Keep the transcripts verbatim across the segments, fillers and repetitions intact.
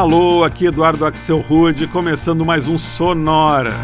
Alô, aqui Eduardo Axel Rude, começando mais um Sonora.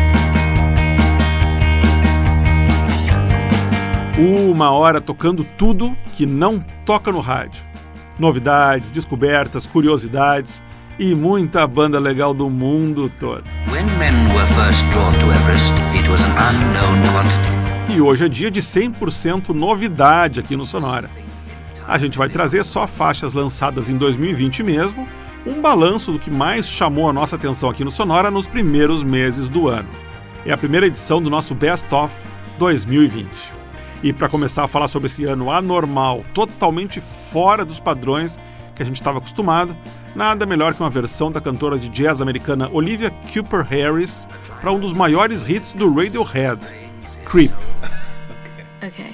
Uma hora tocando tudo que não toca no rádio. Novidades, descobertas, curiosidades e muita banda legal do mundo todo. When men were first drawn to Everest, it was an unknown quantity. E hoje é dia de cem por cento novidade aqui no Sonora. A gente vai trazer só faixas lançadas em dois mil e vinte mesmo, um balanço do que mais chamou a nossa atenção aqui no Sonora nos primeiros meses do ano. É a primeira edição do nosso Best Of dois mil e vinte. E para começar a falar sobre esse ano anormal, totalmente fora dos padrões que a gente estava acostumado, nada melhor que uma versão da cantora de jazz americana Olivia Cooper Harris para um dos maiores hits do Radiohead, Creep. Okay.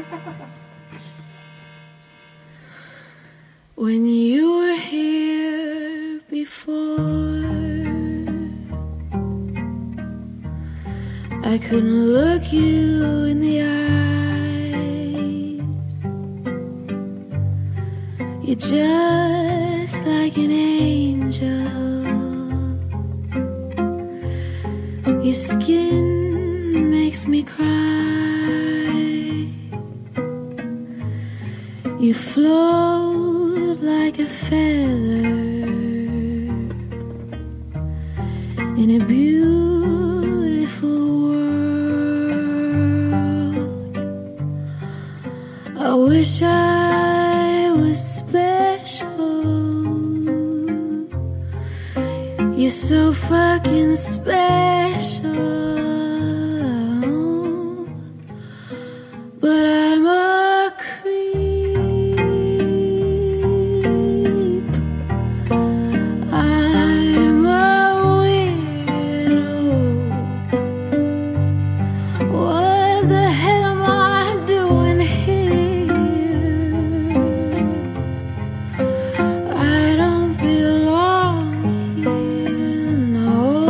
When you were here before, I couldn't look you in the eyes. You're just like an angel. Your skin makes me cry. You float like a feather in a beautiful world. I wish I was special. You're so fucking special. But I'm a creep. I'm a weirdo. What the hell am I doing here? I don't belong here, no.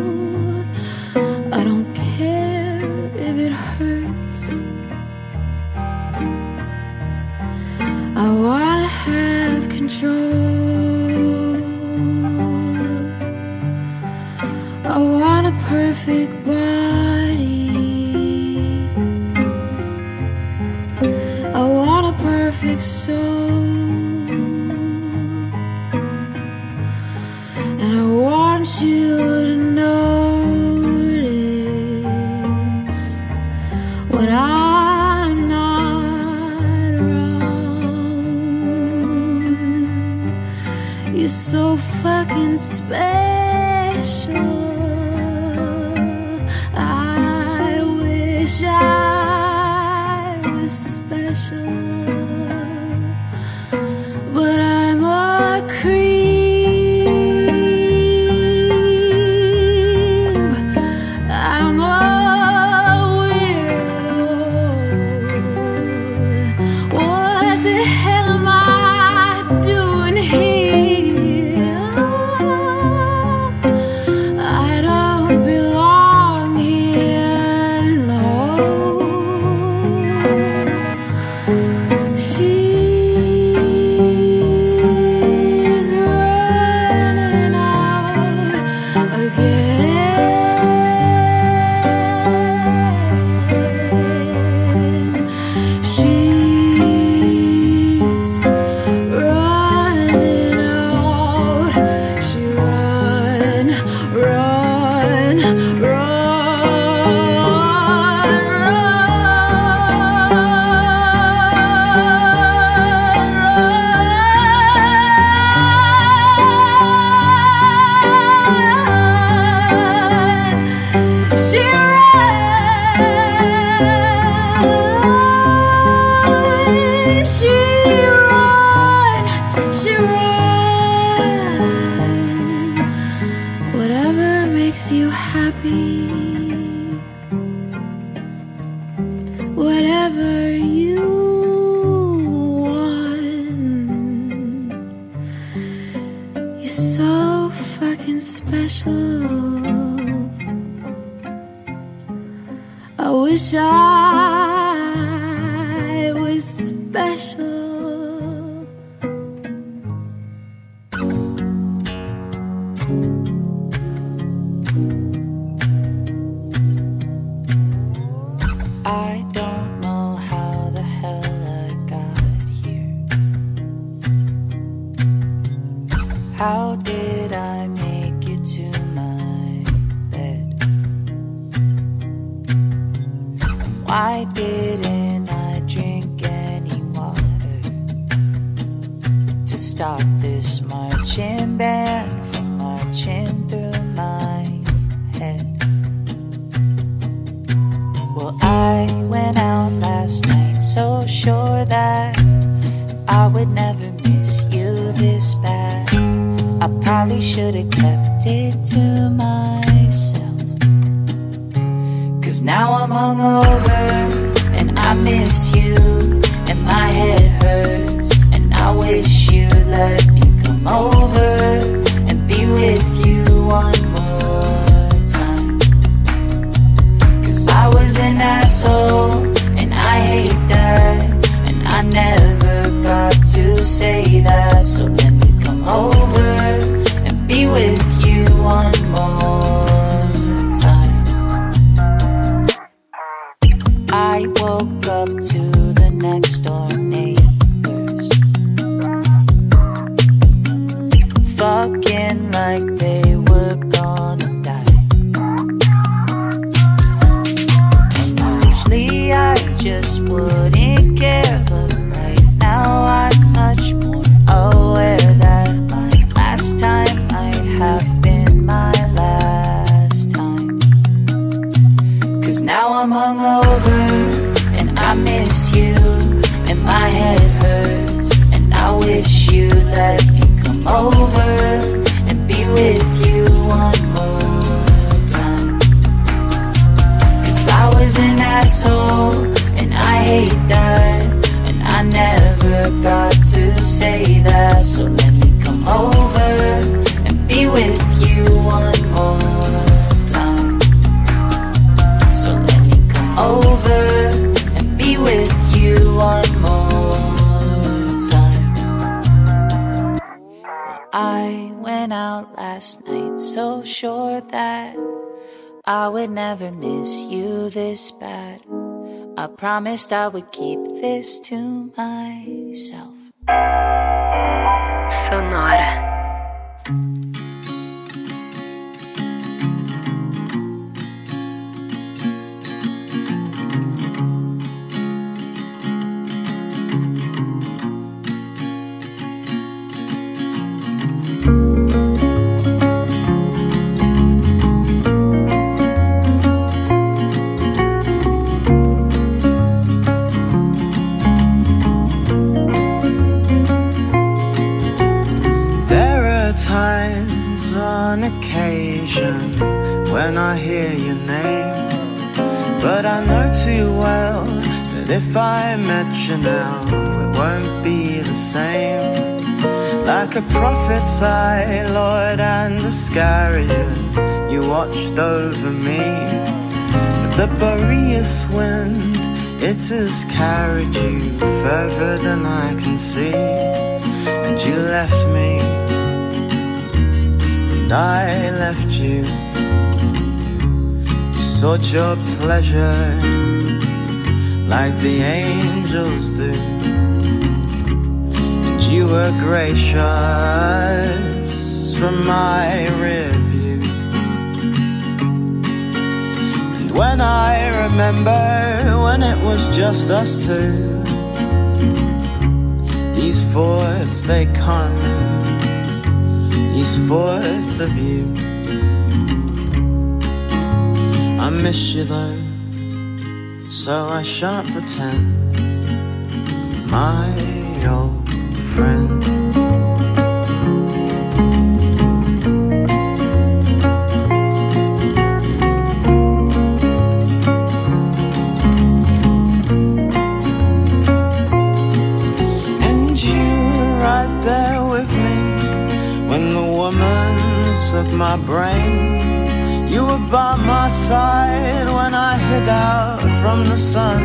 I don't care if it hurts. I wanna have control. I want a perfect body. I want a perfect soul. And I want you to notice when I'm not around. You're so fucking special. I wish I was special. But I'm a creep. I'm a weirdo. What the hell am I doing here? I don't belong here, no. She's running out again. She's running out. She run, run, run. She run, she run, she run. Whatever makes you happy, whatever you want. You're so fucking special. I wish I was special. I don't know how the hell I got here. How did I make it to my bed? And why didn't I drink any water to stop this marching band from marching through my head? Well, I went out last night so sure that I would never miss you this bad. I probably should have kept it to myself. Cause now I'm hungover and I miss you, and my head hurts, and I wish you'd let me come over and be with you one more time. Cause I was an asshole and I hate that, and I never got to say that. So let me come over and be with you one more time. I woke up to the next door neighbors fucking like they were gonna die. And usually I just wouldn't care, but right now I'm much more aware that my last time might have been my last time. Cause now I'm hungover and I miss you, and my head hurts, and I wish you'd let me come over and be with you one more time. Cause I was an asshole and I hate that, and I never got to say that. So let me come over and be with you one more time. So let me come over and be with you one more time. I went out last night so sure that I would never miss you this bad. I promised I would keep this to myself. Sonora. Times on occasion when I hear your name, but I know too well that if I met you now it won't be the same. Like a prophet's eye, Lord, and Iscariot, you watched over me. But the Boreas wind, it has carried you further than I can see, and you left me, I left you. You sought your pleasure like the angels do, and you were gracious from my rear view. And when I remember when it was just us two, these thoughts they can't move, these thoughts of you. I miss you though, so I shan't pretend, my old friend. And you were right there with me when the woman took my brain. You were by my side when I hid out from the sun,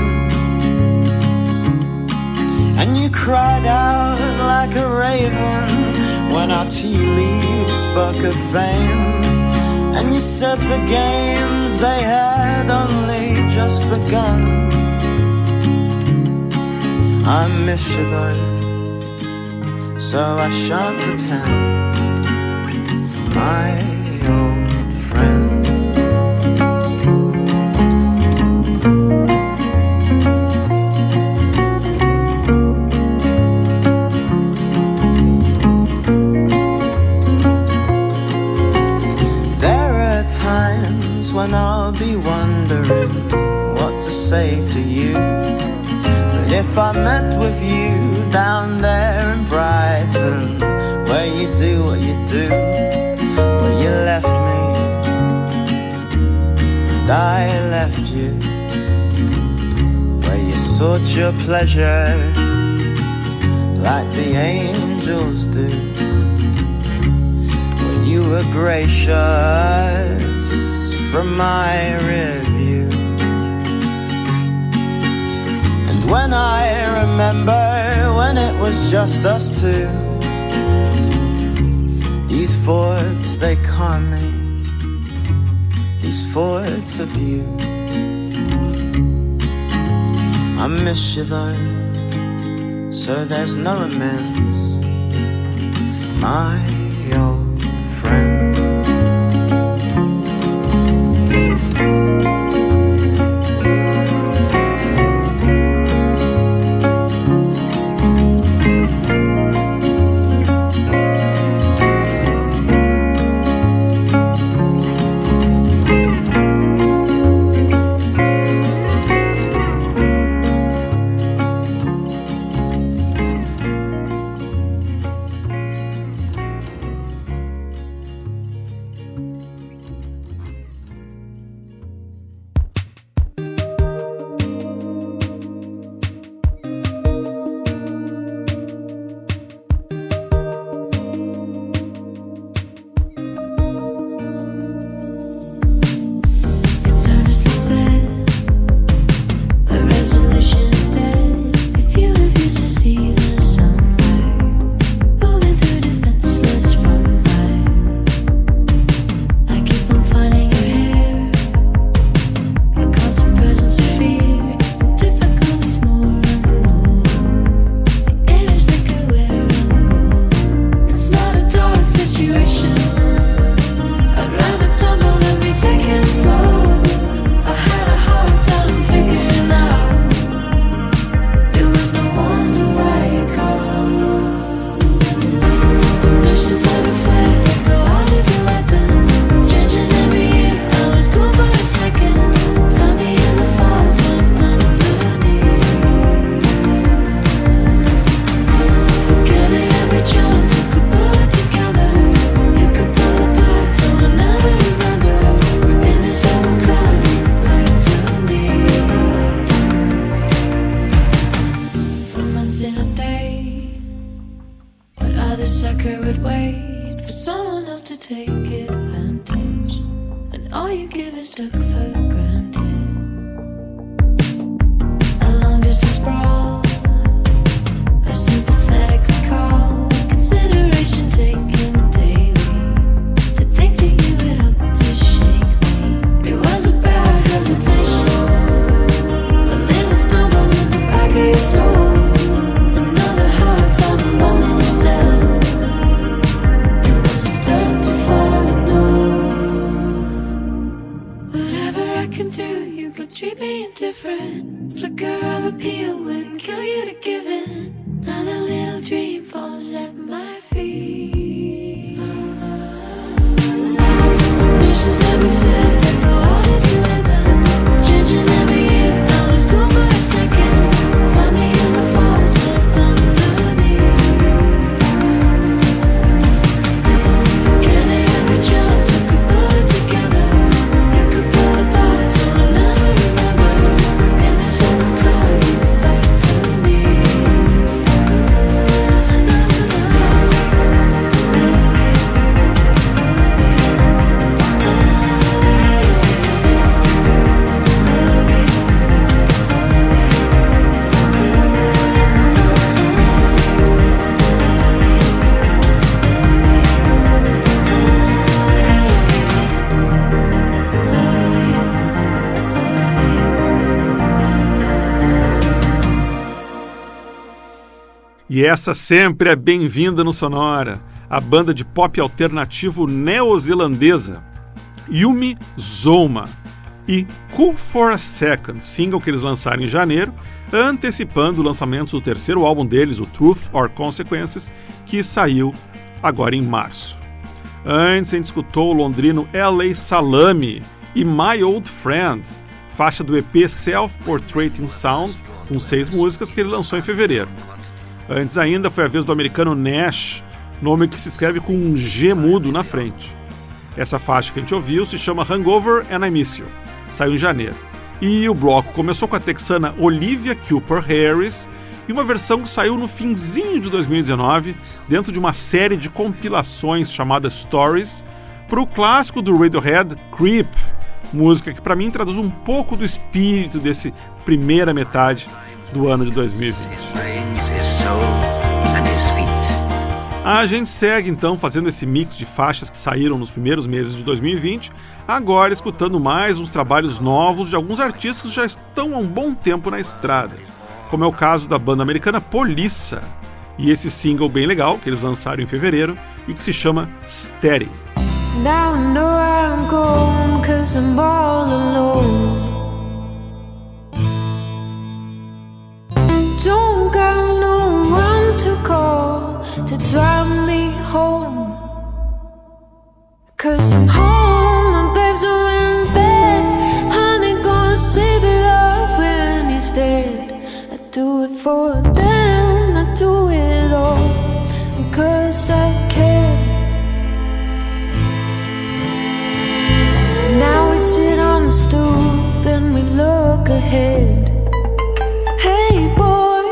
and you cried out like a raven when our tea leaves spoke of fame. And you said the games they had only just begun. I miss you though, so I shan't pretend, my old friend. There are times when I'll be wondering what to say to you. If I met with you down there in Brighton, where you do what you do, where you left me, and I left you, where you sought your pleasure like the angels do, when you were gracious from my review. When I remember when it was just us two, these thoughts they calm me, these thoughts of you. I miss you though, so there's no amends, my old friend. Thank you. E essa sempre é bem-vinda no Sonora, a banda de pop alternativo neozelandesa Yumi Zouma e Cool for a Second, single que eles lançaram em janeiro, antecipando o lançamento do terceiro álbum deles, o Truth or Consequences, que saiu agora em março. Antes a gente escutou o londrino L A Salami e My Old Friend, faixa do E P Self-Portraiting Sound, com seis músicas que ele lançou em fevereiro. Antes ainda foi a vez do americano Nash, nome que se escreve com um G mudo na frente. Essa faixa que a gente ouviu se chama Hangover and I Miss You, saiu em janeiro. E o bloco começou com a texana Olivia Cooper Harris e uma versão que saiu no finzinho de dois mil e dezenove, dentro de uma série de compilações chamada Stories, para o clássico do Radiohead, Creep, música que para mim traduz um pouco do espírito desse primeira metade do ano de dois mil e vinte. A gente segue então fazendo esse mix de faixas que saíram nos primeiros meses de dois mil e vinte, agora escutando mais uns trabalhos novos de alguns artistas que já estão há um bom tempo na estrada, como é o caso da banda americana Polissa, e esse single bem legal que eles lançaram em fevereiro e que se chama Steady. Now I know I'm gone, 'cause I'm all alone. Don't got no one to call to drive me home, 'cause I'm home, my babes are in bed. Honey gonna save it all when he's dead. I do it for them, I do it all, 'cause I care. Now we sit on the stoop and we look ahead. Hey boy,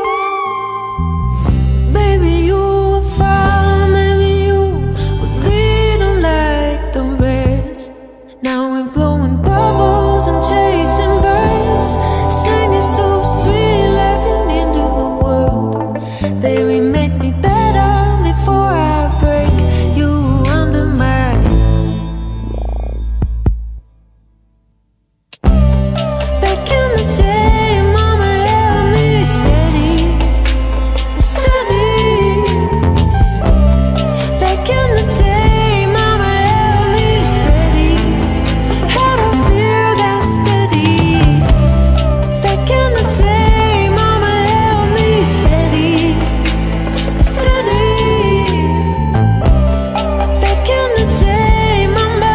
baby you were fine, maybe you would lead them like the rest. Now we're blowing bubbles and chasing birds, singing so sweet, laughing into the world. Baby make me better before I break you under my. Back in the day, mama held me steady, steady. Back in the day, mama held me steady. I don't feel that steady. Back in the day, mama held me steady, steady. Back in the day, mama.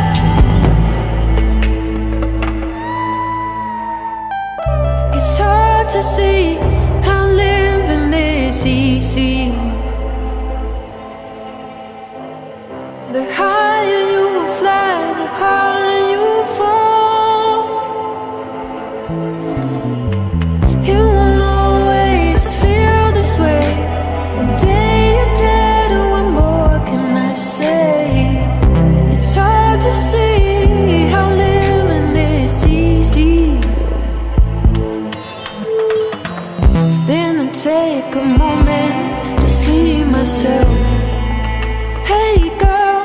It's hard to see how living is easy. The higher you fly, the harder you fall. You won't always feel this way. One day you're dead, and what more can I say? It's hard to see how living is easy. Then I take a moment to see myself. Hey girl,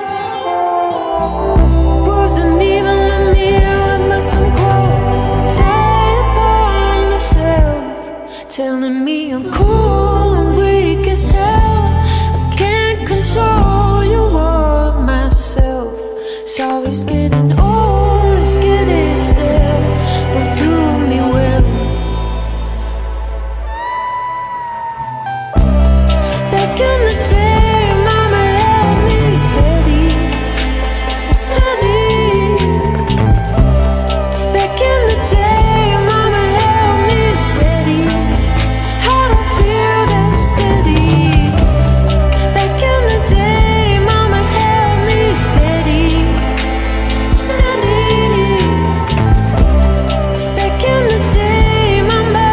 wasn't even a mirror, but some quote tape on the shelf, telling me I'm cool and weak as hell. I can't control you or myself. So it's getting old, it's getting stale. Won't do me well. Back in the day, mama held me steady, steady. Back in the day, mama held me steady. I don't feel that steady. Back in the day, mama held me steady, steady. Back in the day, mama,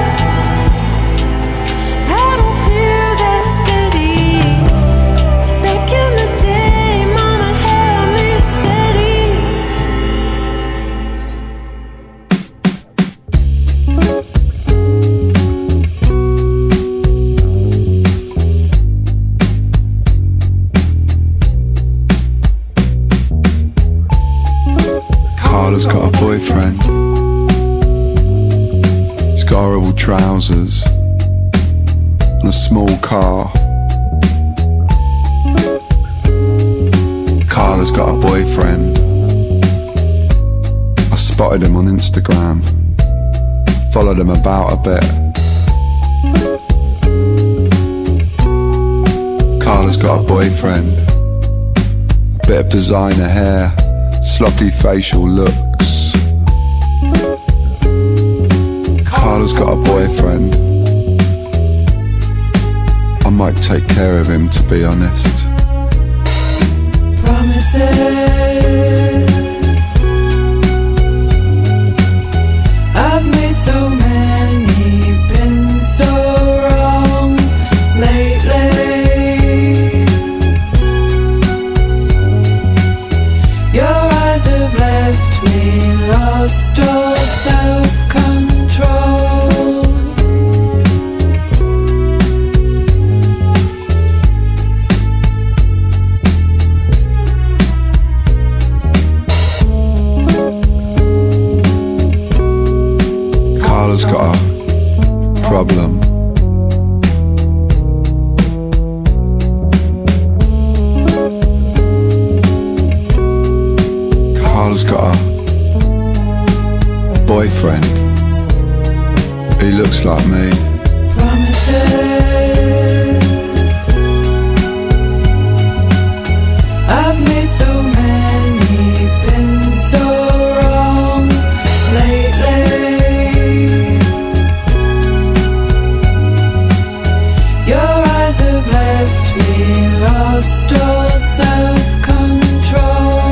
I don't feel that steady. Back in the day, mama held me steady. Carla's got a boyfriend. He's got horrible trousers, in a small car. Carla's got a boyfriend. I spotted him on Instagram, followed him about a bit. Carla's got a boyfriend. A bit of designer hair, sloppy facial looks. Carla's got a boyfriend. I might take care of him, to be honest. Promises I've made so many, been so wrong lately. Your eyes have left me lost all self-control. Carla's got a problem. Carla's got a boyfriend. He looks like me. Promises I've made so many, been so wrong lately. Your eyes have left me lost all self-control.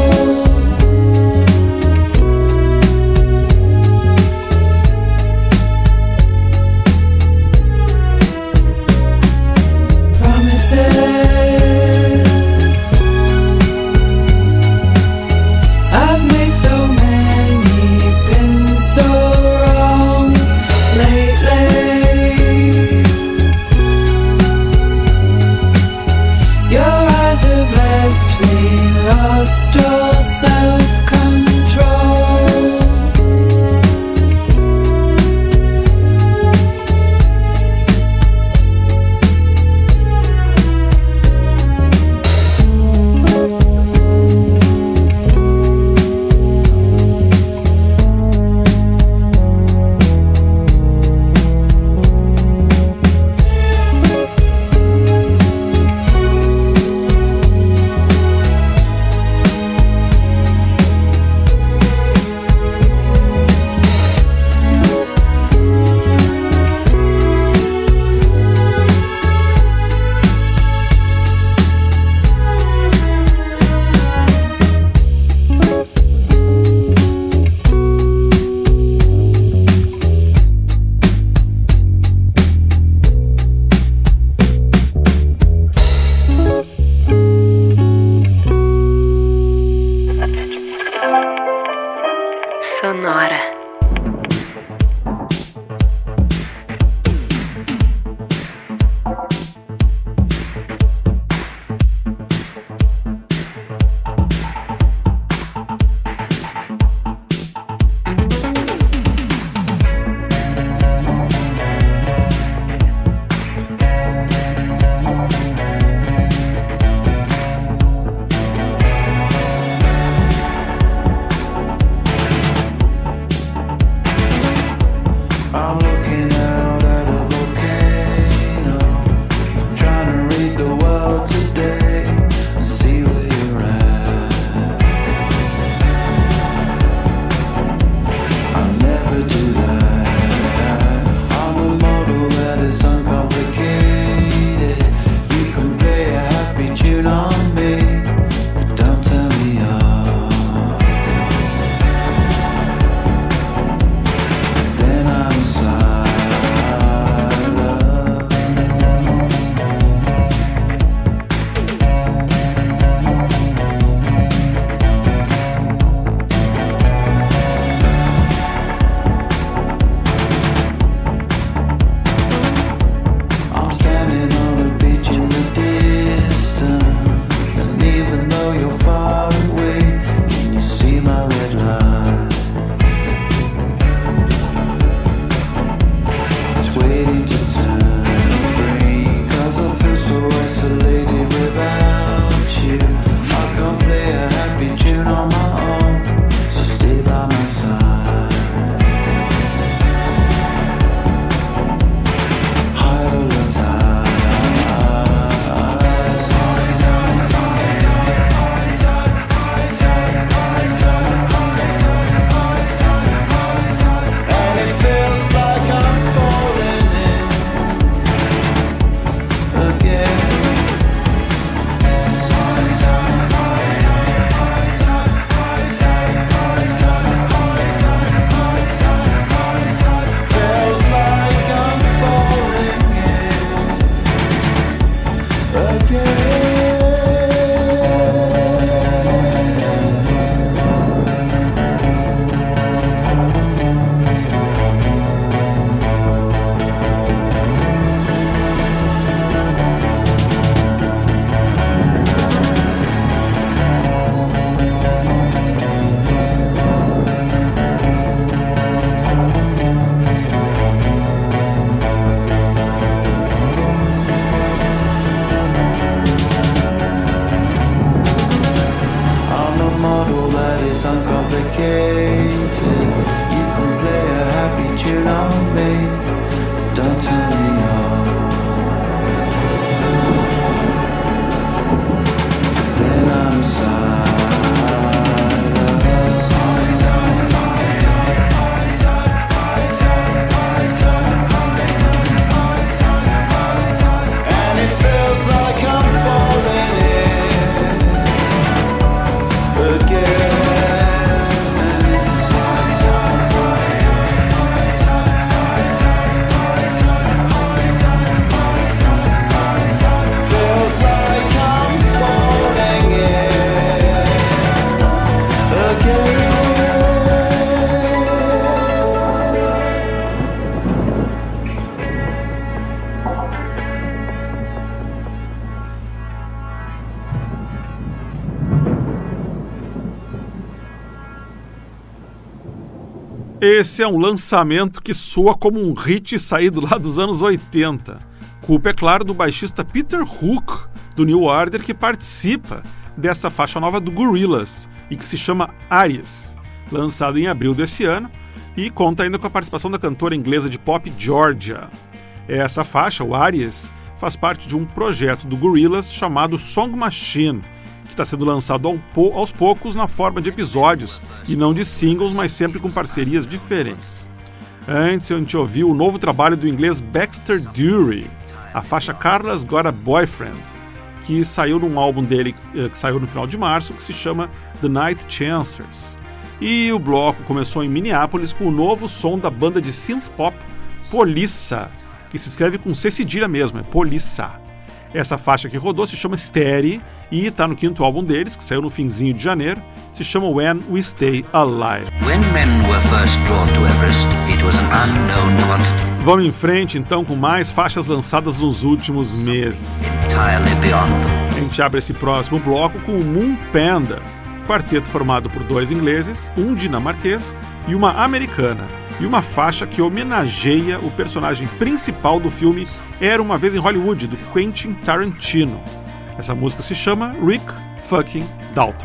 Esse é um lançamento que soa como um hit saído lá dos anos oitenta. Culpa, é claro, do baixista Peter Hook, do New Order, que participa dessa faixa nova do Gorillaz e que se chama Aries, lançado em abril desse ano, e conta ainda com a participação da cantora inglesa de pop Georgia. Essa faixa, o Aries, faz parte de um projeto do Gorillaz chamado Song Machine, que está sendo lançado ao po- aos poucos na forma de episódios e não de singles, mas sempre com parcerias diferentes. Antes a gente ouviu o novo trabalho do inglês Baxter Dury, a faixa Carla's Got a Boyfriend, que saiu num álbum dele que saiu no final de março, que se chama The Night Chancers. E o bloco começou em Minneapolis com o novo som da banda de synth pop Polissa, que se escreve com C cedilha mesmo, é Polissa. Essa faixa que rodou se chama Steady e está no quinto álbum deles, que saiu no finzinho de janeiro, se chama When We Stay Alive. When men were first drawn to Everest, it was an unknown quantity. Vamos em frente então com mais faixas lançadas nos últimos meses. Entirely beyond them. A gente abre esse próximo bloco com o Moon Panda, quarteto formado por dois ingleses, um dinamarquês e uma americana, e uma faixa que homenageia o personagem principal do filme Era Uma Vez em Hollywood, do Quentin Tarantino. Essa música se chama Rick Fucking Dalton.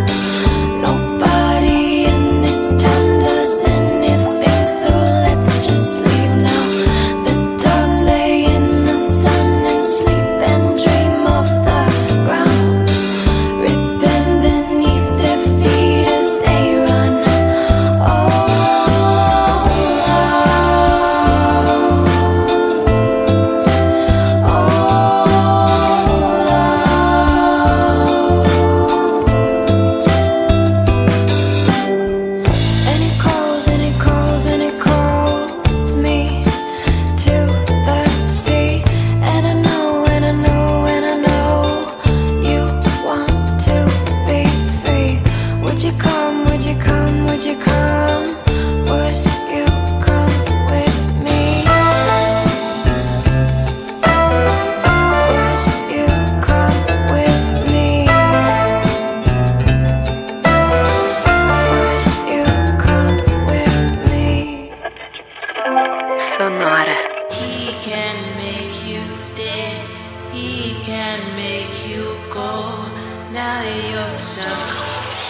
Just now you're stuck.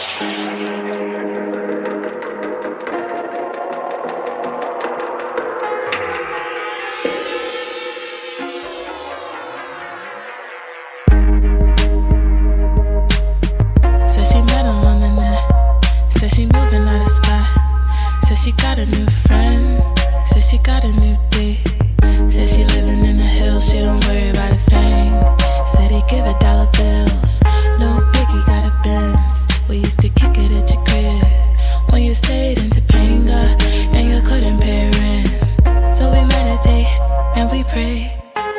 Said she met him on the net. Said she moving out of spot. Said she got a new friend. Said she got a new date. Said she living in the hills, she don't worry about a thing. Said he give her dollar bills, no biggie, got a Benz. We used to kick it at your crib when you stayed in Topanga and you couldn't pay rent. So we meditate and we pray.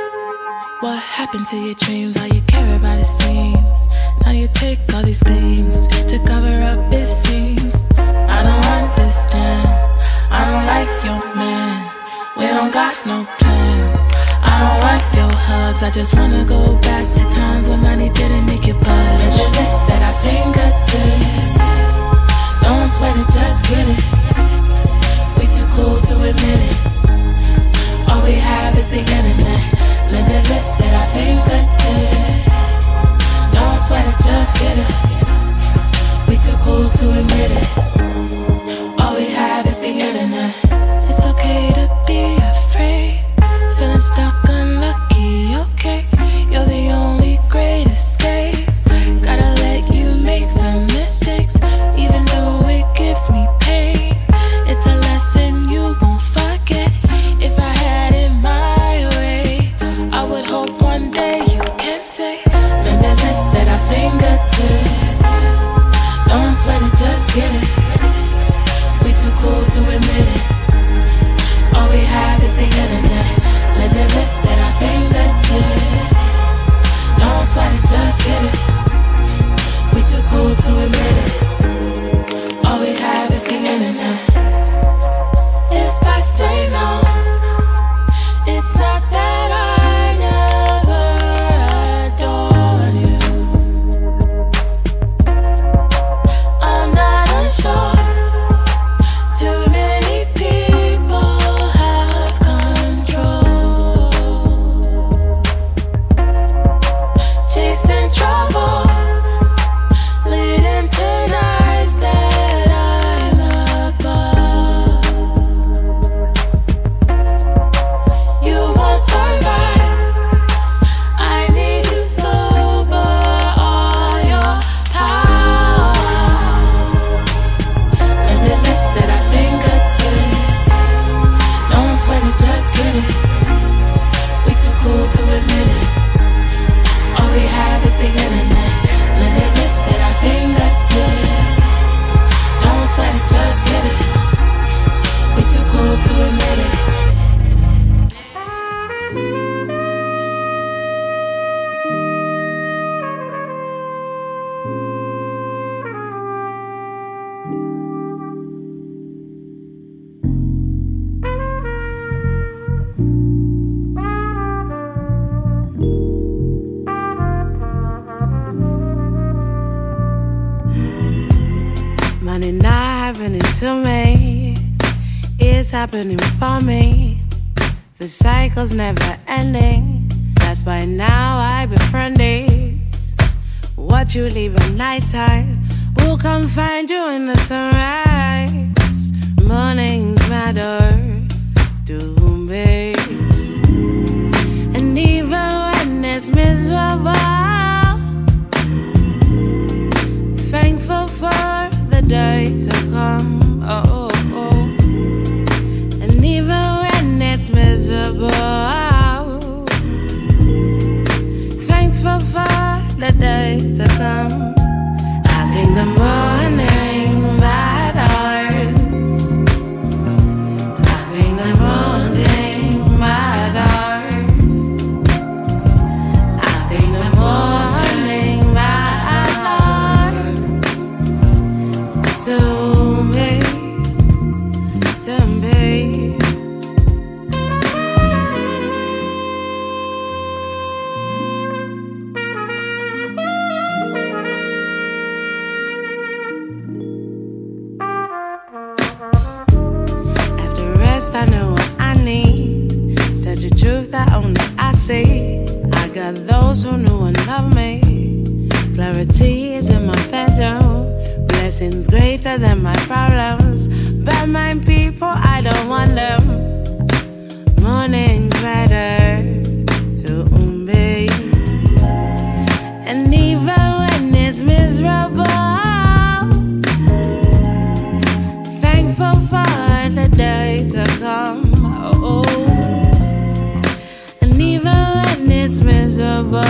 What happened to your dreams? All you care about it seems. Now you take all these things to cover up it seems. I don't understand, I don't like your man. We don't got no plans. I don't want your hugs. I just wanna go back to times when money didn't make you budge. And the list at our fingertips. Don't sweat it, just get it. We too cool to admit it. All we have is the internet. Limitless at our fingertips. Don't sweat it, just get it. We too cool to admit it. All we have is the internet. It's okay to be afraid. Feeling stuck, unlucky, okay. You're the only great escape. Gotta let you make the mistakes, even though it gives me pain. It's a lesson you won't forget. If I had it my way, I would hope one day you can say limitless at our fingertips. Don't sweat it, just get it. We too cool to admit it. All we have is the internet. Limitless at our fingertips. Don't sweat it, just get it. We too cool to admit it. All we have is the internet. If I say no, it's not that I never adore you. I'm not unsure. Too many people have control. Chasing trouble, leading to nights that I'm above. You won't survive. I need you sober, all your power. Limitless at our fingertips. Don't sweat it, just get it. We too cool to admit it. All we have is the internet. Limitless at our fingertips. Don't sweat it, just get it. We too cool to admit it. Money not happening to me, it's happening for me. The cycle's never ending. That's why now I befriend it. What you leave at nighttime will come find you in the sunrise. Mornings matter to me, and even when it's miserable, thankful for the day to come. Oh, oh, oh. And even when it's miserable, thankful for the day to come. I think the morning matters. I think the morning matters. I think the morning matters to me, to me. I know what I need. Such a truth that only I see. I got those who knew and love me. Prosperity is in my bedroom. Blessings greater than my problems. Bad mind people, I don't want them. Mornings matter to me. And even when it's miserable, thankful for the day to come. Oh, and even when it's miserable,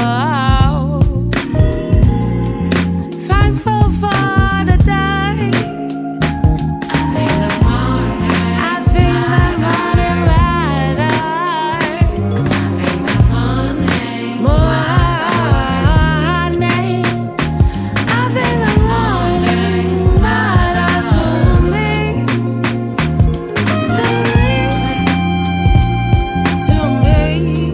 thankful for the day. I think the morning, I think the morning matters. I think the morning, morning. I think the morning matters to me, to me, to me.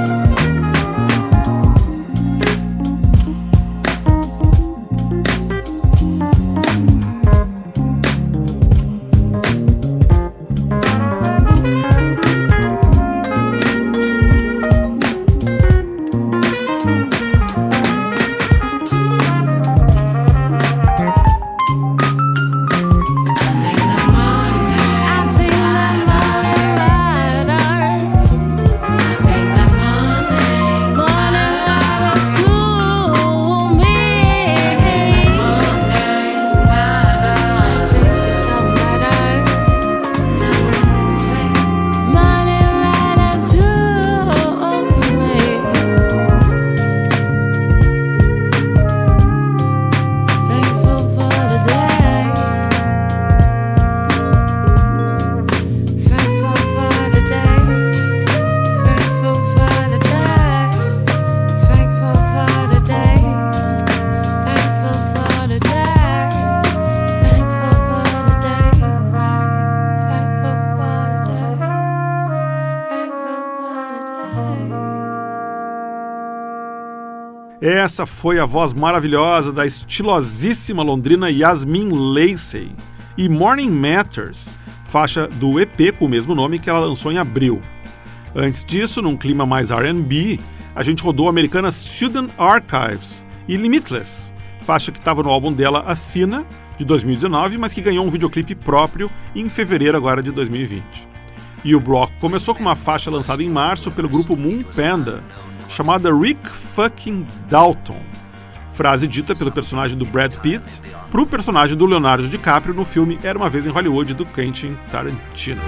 Essa foi a voz maravilhosa da estilosíssima londrina Yasmin Lacey e Morning Matters, faixa do E P com o mesmo nome que ela lançou em abril. Antes disso, num clima mais R and B, a gente rodou a americana Student Archives e Limitless, faixa que estava no álbum dela Athena, de dois mil e dezenove, mas que ganhou um videoclipe próprio em fevereiro agora de dois mil e vinte. E o bloco começou com uma faixa lançada em março pelo grupo Moon Panda, chamada Rick Fucking Dalton, frase dita pelo personagem do Brad Pitt para o personagem do Leonardo DiCaprio no filme Era Uma Vez em Hollywood, do Quentin Tarantino.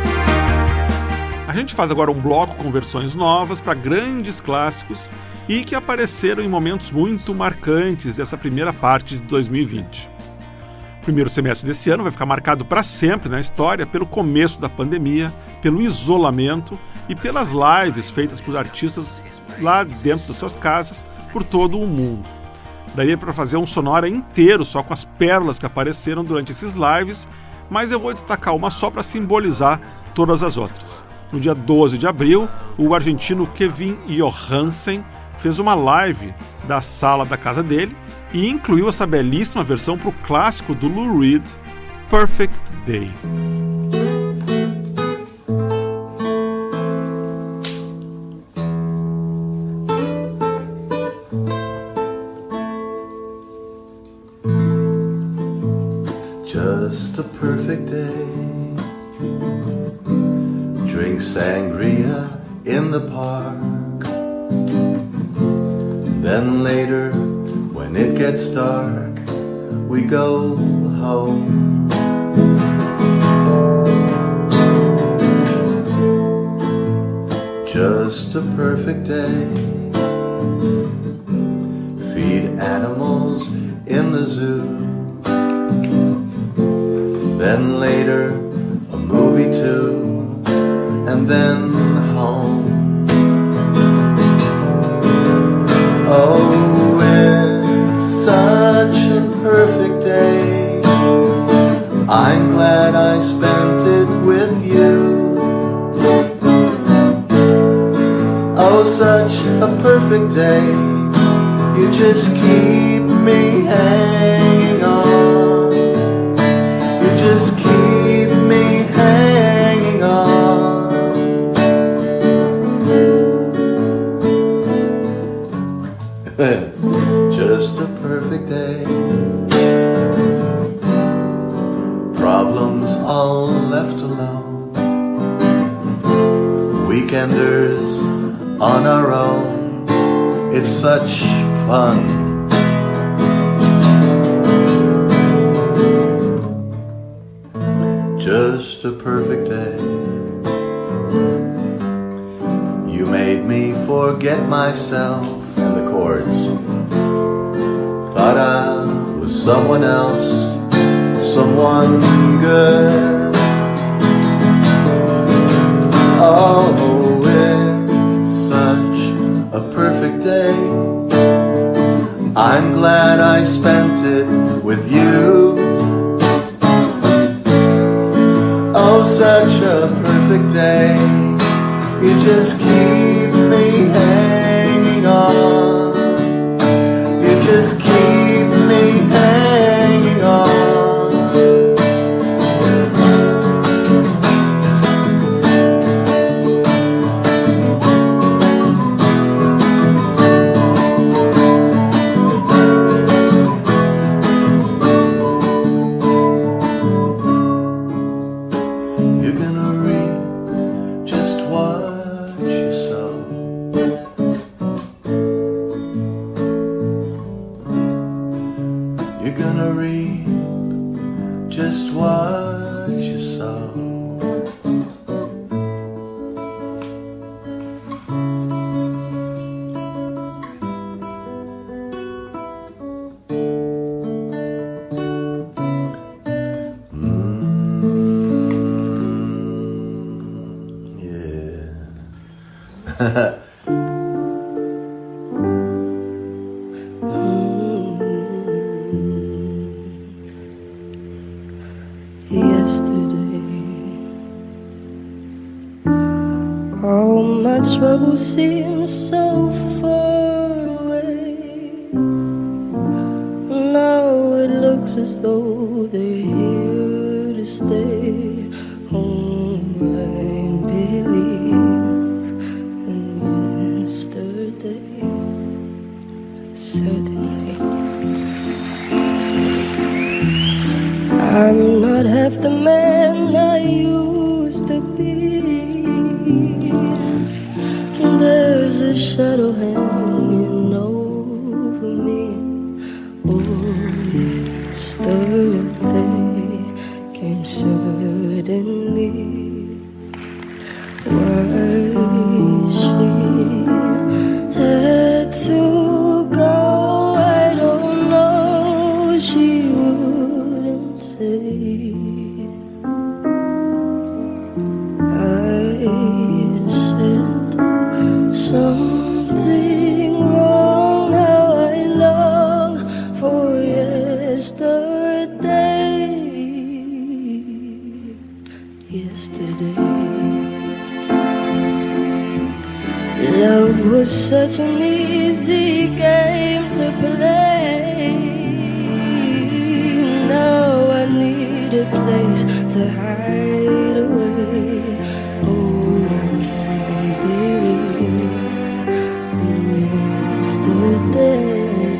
A gente faz agora um bloco com versões novas para grandes clássicos e que apareceram em momentos muito marcantes dessa primeira parte de dois mil e vinte. O primeiro semestre desse ano vai ficar marcado para sempre na história pelo começo da pandemia, pelo isolamento e pelas lives feitas por artistas lá dentro das suas casas, por todo o mundo. Daria para fazer um Sonora inteiro só com as pérolas que apareceram durante esses lives, mas eu vou destacar uma só para simbolizar todas as outras. No dia doze de abril, o argentino Kevin Johansen fez uma live da sala da casa dele e incluiu essa belíssima versão para o clássico do Lou Reed, Perfect Day. Just a perfect day. Drink sangria in the park. Then later, when it gets dark, we go home. Just a perfect day. Feed animals in the zoo. Then later, a movie too, and then home. Oh, it's such a perfect day. I'm glad I spent it with you. Oh, such a perfect day. You just keep me hanging on. Just keep me hanging on. Just a perfect weekenders on our own. It's such fun. Just a perfect day. You made me forget myself and the chords. Thought I was someone else, someone good. Oh, it's such a perfect day. I'm glad I spent it with you. Oh, such a perfect day. You just keep me hanging on. You just keep me hanging on. Trouble seems so far away. Now it looks as though they're here to stay. Oh, I believe in yesterday. Certainly, I'm not half the man I used to be. There's a shadow hanging over me. Oh, yesterday came suddenly. Why she had to go, I don't know. She wouldn't say. I said something wrong, now I long for yesterday. Yesterday, love was such an easy game to play. Now I need a place to hide away. Oh, baby, yesterday.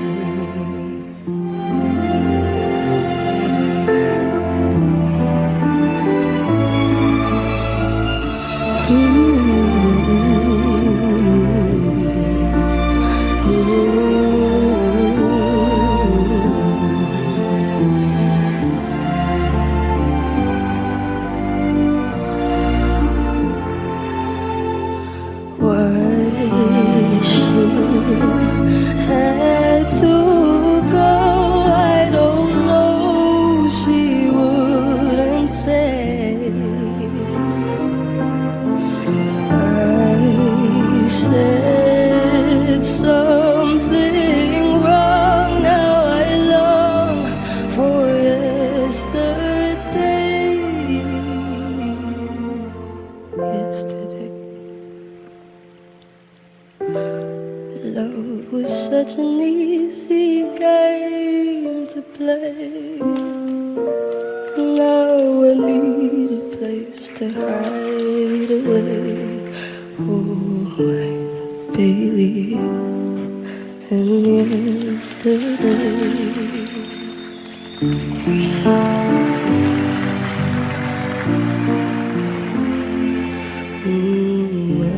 Had to go, I don't know, she wouldn't say. I said something wrong, now I long for yesterday. Yesterday, love was such an easy game to play. Now I need a place to hide away. Oh, I believe in yesterday. Mm,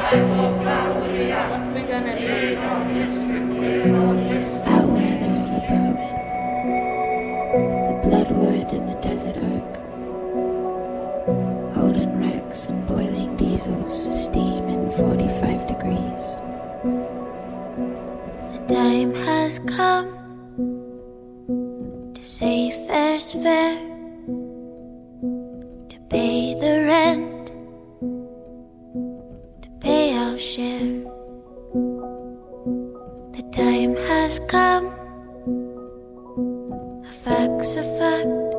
Out where the river broke, the bloodwood and the desert oak, Holden wrecks and boiling diesels, steam in forty-five degrees. The time has come to say fair's fair, to pay the rent, to pay our share. The time has come, a fact's a fact,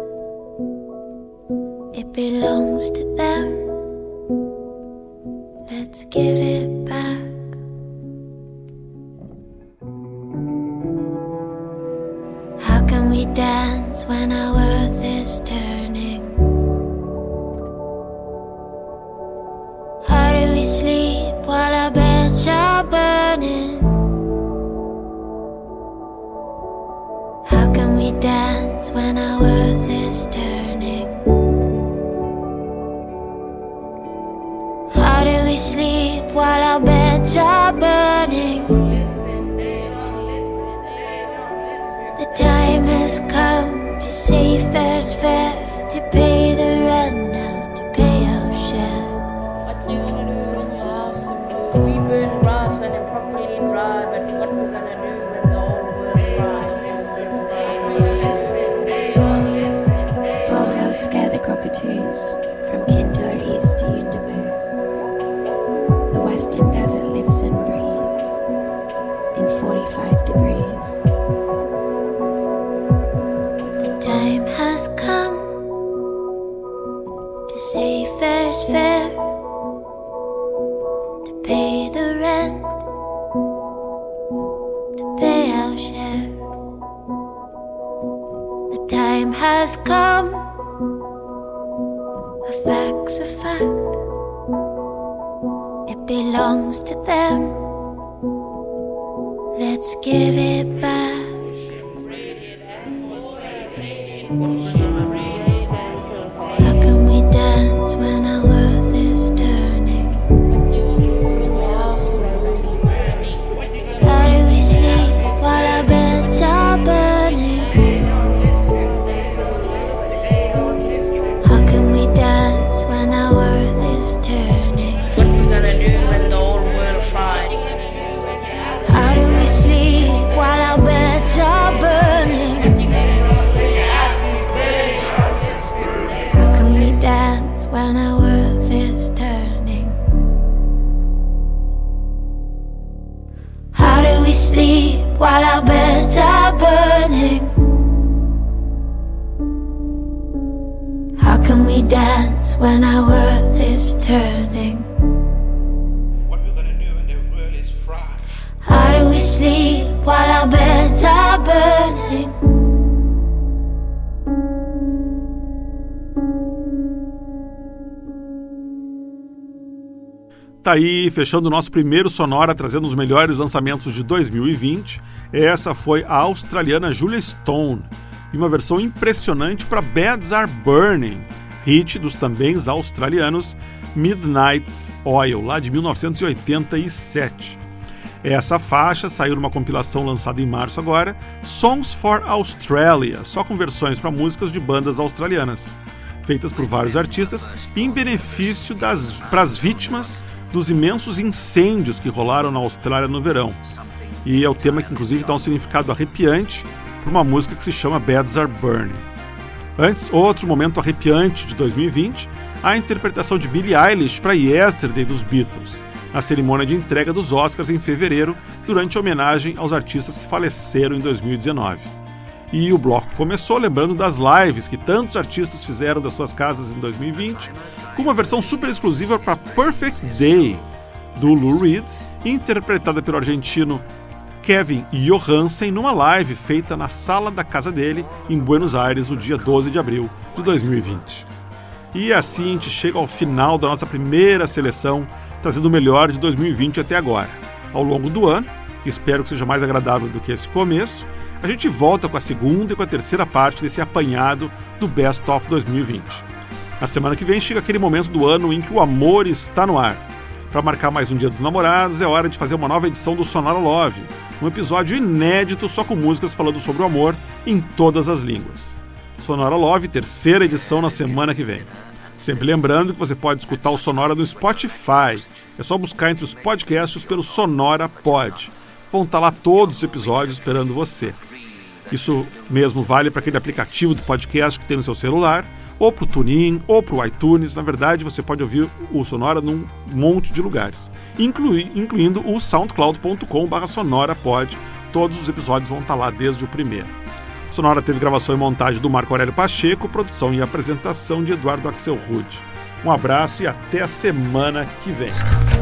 it belongs to them, let's give it back. How can we dance when our worth is turning? How do we sleep while our beds are burning? How can we dance when our worth is turning? How do we sleep while our beds are burning? The time has come to say fair's fair, to pay the rent now, to pay our share. What you gonna do when your house is blue? We burn grass when it's properly dry, but what we gonna do when the whole world fries? Four whales scare the cockatoos from Kintor east to Yuendamu. The western desert lives and breathes in forty-five degrees. The time has come to say fair's fair, to pay the rent, to pay our share. The time has come, a fact's a fact, it belongs to them, let's give it back. How can we dance when our worth is turning? How do we sleep while our beds are burning? How can we dance when our worth is turning? What we gonna do when the whole world fries? How do we sleep while our beds are burning? How can we dance when our worth is turning? How do we sleep while our beds are burning? How can we dance when our worth is turning? What we gonna do when the world is fried? How do we sleep while our beds are burning? Tá aí, fechando o nosso primeiro Sonora, trazendo os melhores lançamentos de dois mil e vinte. Essa foi a australiana Julia Stone, e uma versão impressionante para Beds Are Burning, hit dos também australianos Midnight Oil, lá de mil novecentos e oitenta e sete. Essa faixa saiu numa compilação lançada em março agora, Songs for Australia, só com versões para músicas de bandas australianas, feitas por vários artistas em benefício das para as vítimas dos imensos incêndios que rolaram na Austrália no verão. E é o tema que inclusive dá um significado arrepiante para uma música que se chama Beds Are Burning. Antes, outro momento arrepiante de dois mil e vinte, a interpretação de Billie Eilish para Yesterday dos Beatles, na cerimônia de entrega dos Oscars em fevereiro, durante a homenagem aos artistas que faleceram em dois mil e dezenove. E o bloco começou lembrando das lives que tantos artistas fizeram das suas casas em dois mil e vinte, com uma versão super exclusiva para Perfect Day, do Lou Reed, interpretada pelo argentino Kevin Johansen numa live feita na sala da casa dele, em Buenos Aires, no dia doze de abril de dois mil e vinte. E assim a gente chega ao final da nossa primeira seleção, trazendo o melhor de dois mil e vinte até agora. Ao longo do ano, que espero que seja mais agradável do que esse começo, a gente volta com a segunda e com a terceira parte desse apanhado do Best of dois mil e vinte. Na semana que vem chega aquele momento do ano em que o amor está no ar. Para marcar mais um Dia dos Namorados, é hora de fazer uma nova edição do Sonora Love, um episódio inédito só com músicas falando sobre o amor em todas as línguas. Sonora Love, terceira edição na semana que vem. Sempre lembrando que você pode escutar o Sonora no Spotify. É só buscar entre os podcasts pelo Sonora Pod. Vão estar lá todos os episódios esperando você. Isso mesmo vale para aquele aplicativo do podcast que tem no seu celular, ou para o TuneIn, ou para o iTunes. Na verdade, você pode ouvir o Sonora num monte de lugares, inclui, incluindo o soundcloud ponto com barra sonorapod. Todos os episódios vão estar lá desde o primeiro. Sonora teve gravação e montagem do Marco Aurélio Pacheco, produção e apresentação de Eduardo Axelrod. Um abraço e até a semana que vem.